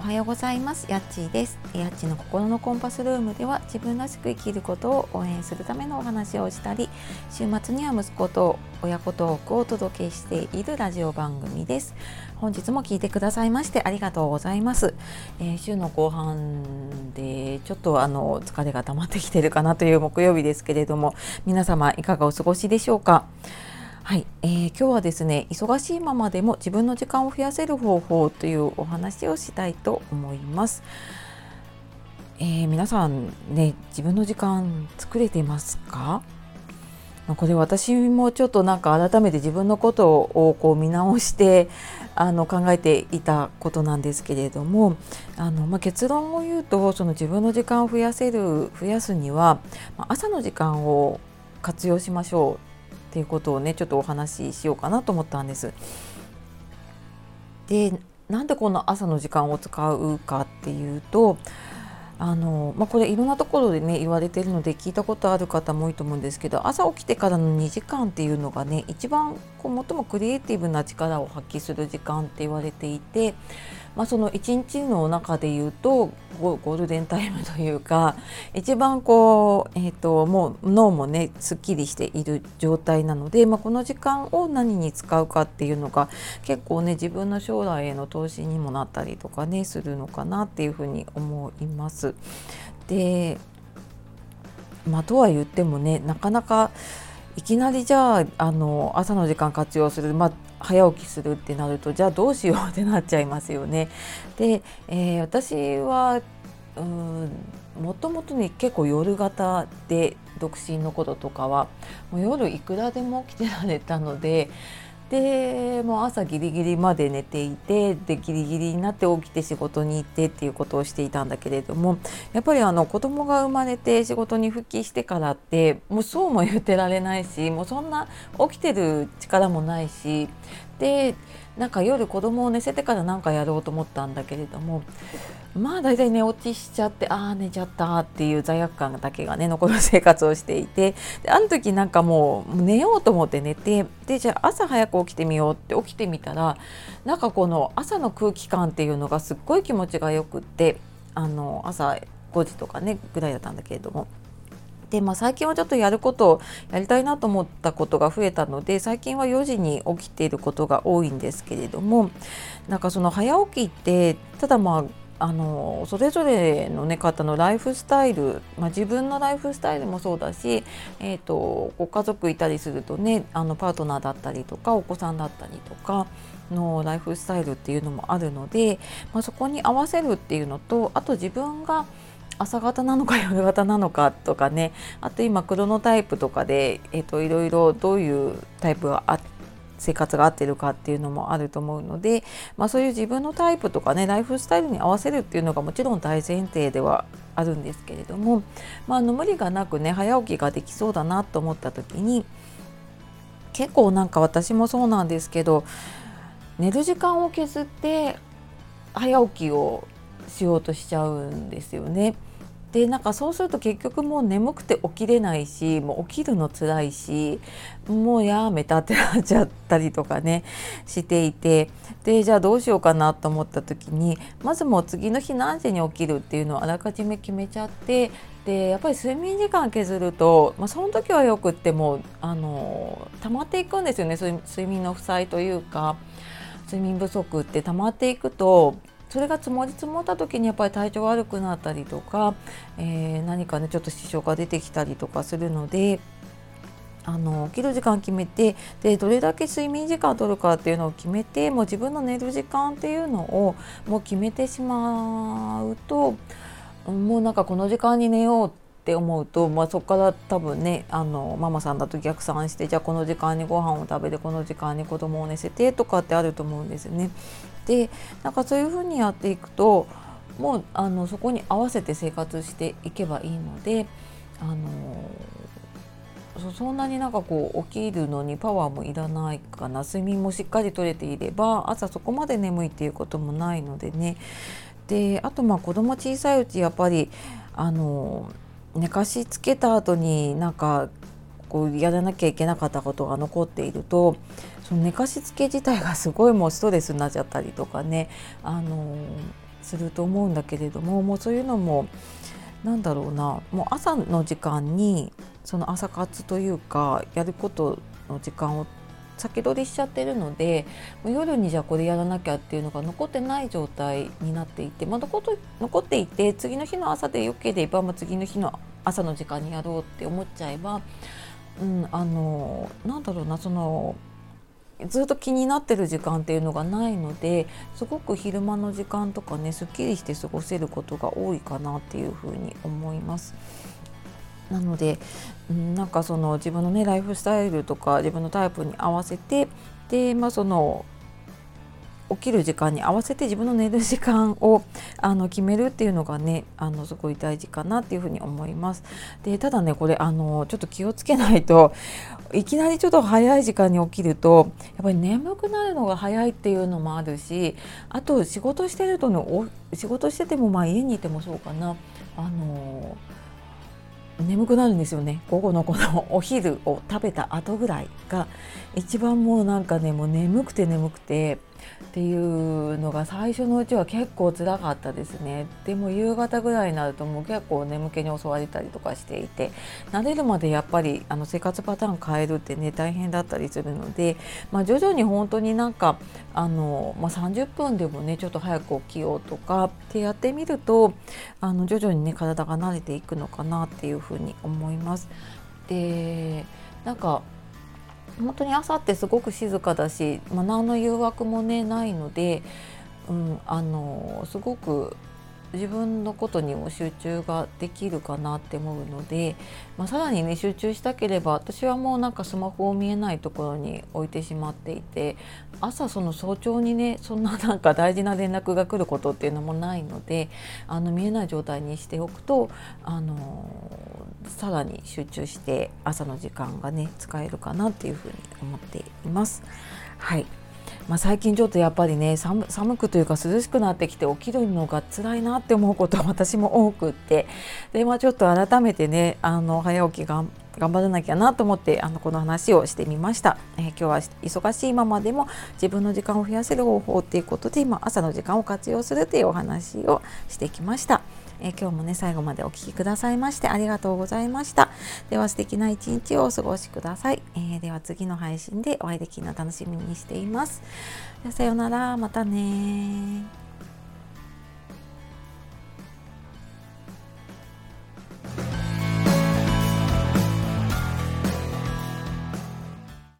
はようございます。やっちーです。やっちの心のコンパスルームでは自分らしく生きることを応援するためのお話をしたり、週末には息子と親子トークをお届けしているラジオ番組です。本日も聞いてくださいましてありがとうございます。週の後半でちょっと疲れが溜まってきているかなという木曜日ですけれども、皆様いかがお過ごしでしょうか。はい、今日はですね、忙しいままでも自分の時間を増やせる方法というお話をしたいと思います。皆さんね、自分の時間作れていますか？これ私もちょっと改めて自分のことをこう見直して考えていたことなんですけれども、結論を言うと、その自分の時間を増やすには、朝の時間を活用しましょうっていうことをね、ちょっとお話ししようかなと思ったんです。で、なんでこの朝の時間を使うかっていうと、これいろんなところでね言われているので聞いたことある方も多いと思うんですけど、朝起きてからの2時間っていうのがね、一番最もクリエイティブな力を発揮する時間って言われていて、その一日の中で言うとゴールデンタイムというか、一番もう脳もねすっきりしている状態なので、この時間を何に使うかっていうのが結構ね、自分の将来への投資にもなったりとかねするのかなっていうふうに思います。で、とは言ってもね、なかなかいきなりじゃあ、朝の時間活用する、早起きするってなると、じゃあどうしようってなっちゃいますよね。で、私はもともとに結構夜型で、独身のこととかはもう夜いくらでも起きてられたので、もう朝ギリギリまで寝ていて、でギリギリになって起きて仕事に行ってっていうことをしていたんだけれども、やっぱり子供が生まれて仕事に復帰してからって、もうそうも言ってられないし、もうそんな起きてる力もないし、で夜子供を寝せてからやろうと思ったんだけれども、だいたい寝落ちしちゃって、寝ちゃったっていう罪悪感だけがね残る生活をしていて、であの時もう寝ようと思って寝て、でじゃあ朝早く起きてみようって起きてみたら、この朝の空気感っていうのがすっごい気持ちがよくって、朝5時とかねぐらいだったんだけれども、で最近はちょっとやることをやりたいなと思ったことが増えたので、最近は4時に起きていることが多いんですけれども、その早起きってただそれぞれの、方のライフスタイル、自分のライフスタイルもそうだし、ご家族いたりするとね、パートナーだったりとかお子さんだったりとかのライフスタイルっていうのもあるので、そこに合わせるっていうのと、あと自分が朝型なのか夜型なのかとかね、あと今クロノタイプとかで、いろいろどういうタイプが生活が合ってるかっていうのもあると思うので、そういう自分のタイプとかねライフスタイルに合わせるっていうのがもちろん大前提ではあるんですけれども、無理がなくね早起きができそうだなと思った時に、結構私もそうなんですけど、寝る時間を削って早起きをしようとしちゃうんですよね。でそうすると結局もう眠くて起きれないし、もう起きるの辛いし、もうやめたってなっちゃったりとかねしていて、でじゃあどうしようかなと思った時に、まずもう次の日何時に起きるっていうのをあらかじめ決めちゃって、でやっぱり睡眠時間削ると、その時はよくっても溜まっていくんですよね。睡眠の負債というか睡眠不足って溜まっていくと、それが積もった時にやっぱり体調悪くなったりとか、何かねちょっと支障が出てきたりとかするので、起きる時間決めて、でどれだけ睡眠時間を取るかっていうのを決めて、もう自分の寝る時間っていうのをもう決めてしまうと、もうこの時間に寝ようって思うと、そこから多分ねママさんだと逆算して、じゃあこの時間にご飯を食べて、この時間に子供を寝せてとかってあると思うんですよね。でそういう風にやっていくと、もうそこに合わせて生活していけばいいので、そんなに起きるのにパワーもいらないかな。睡眠もしっかりとれていれば朝そこまで眠いっていうこともないのでね。であと子供小さいうちやっぱり寝かしつけた後にやらなきゃいけなかったことが残っていると、その寝かしつけ自体がすごいもうストレスになっちゃったりとかね、 すると思うんだけれども、もうそういうのもなんだろうな、もう朝の時間にその朝活というかやることの時間を先取りしちゃってるので、もう夜にじゃあこれやらなきゃっていうのが残ってない状態になっていて、残っていて次の日の朝でよければ、次の日の朝の時間にやろうって思っちゃえば、なんだろうな、ずっと気になってる時間っていうのがないので、すごく昼間の時間とかね、すっきりして過ごせることが多いかなっていうふうに思います。なので、なんかその自分のねライフスタイルとか自分のタイプに合わせて、で、その起きる時間に合わせて自分の寝る時間を決めるっていうのがね、すごい大事かなっていうふうに思います。で、ただね、これちょっと気をつけないと、いきなりちょっと早い時間に起きるとやっぱり眠くなるのが早いっていうのもあるし、あと仕事してるとね、仕事してても家にいてもそうかな、眠くなるんですよね。午後のこのお昼を食べた後ぐらいが一番もうなんかね、もう眠くてっていうのが最初のうちは結構辛かったですね。でも夕方ぐらいになるともう結構眠気に襲われたりとかしていて、慣れるまでやっぱり生活パターン変えるってね大変だったりするので、徐々に本当になんか30分でもねちょっと早く起きようとかってやってみると徐々にね体が慣れていくのかなっていうふうに思います。で、なんか本当に朝ってすごく静かだし、何の誘惑もねないので、すごく自分のことにも集中ができるかなって思うので、さらにね集中したければ、私はもうなんかスマホを見えないところに置いてしまっていて、朝その早朝にねそんななんか大事な連絡が来ることっていうのもないので、見えない状態にしておくとさらに集中して朝の時間がね使えるかなっていうふうに思っています。はい。最近ちょっとやっぱりね寒くというか涼しくなってきて起きるのが辛いなって思うことは私も多くって、で、ちょっと改めてね早起き頑張らなきゃなと思ってこの話をしてみました。今日は忙しいままでも自分の時間を増やせる方法っていうことで、朝の時間を活用するというお話をしてきました。今日もね最後までお聞きくださいましてありがとうございました。では素敵な一日をお過ごしください。では次の配信でお会いできるのを楽しみにしています。さようなら、またね。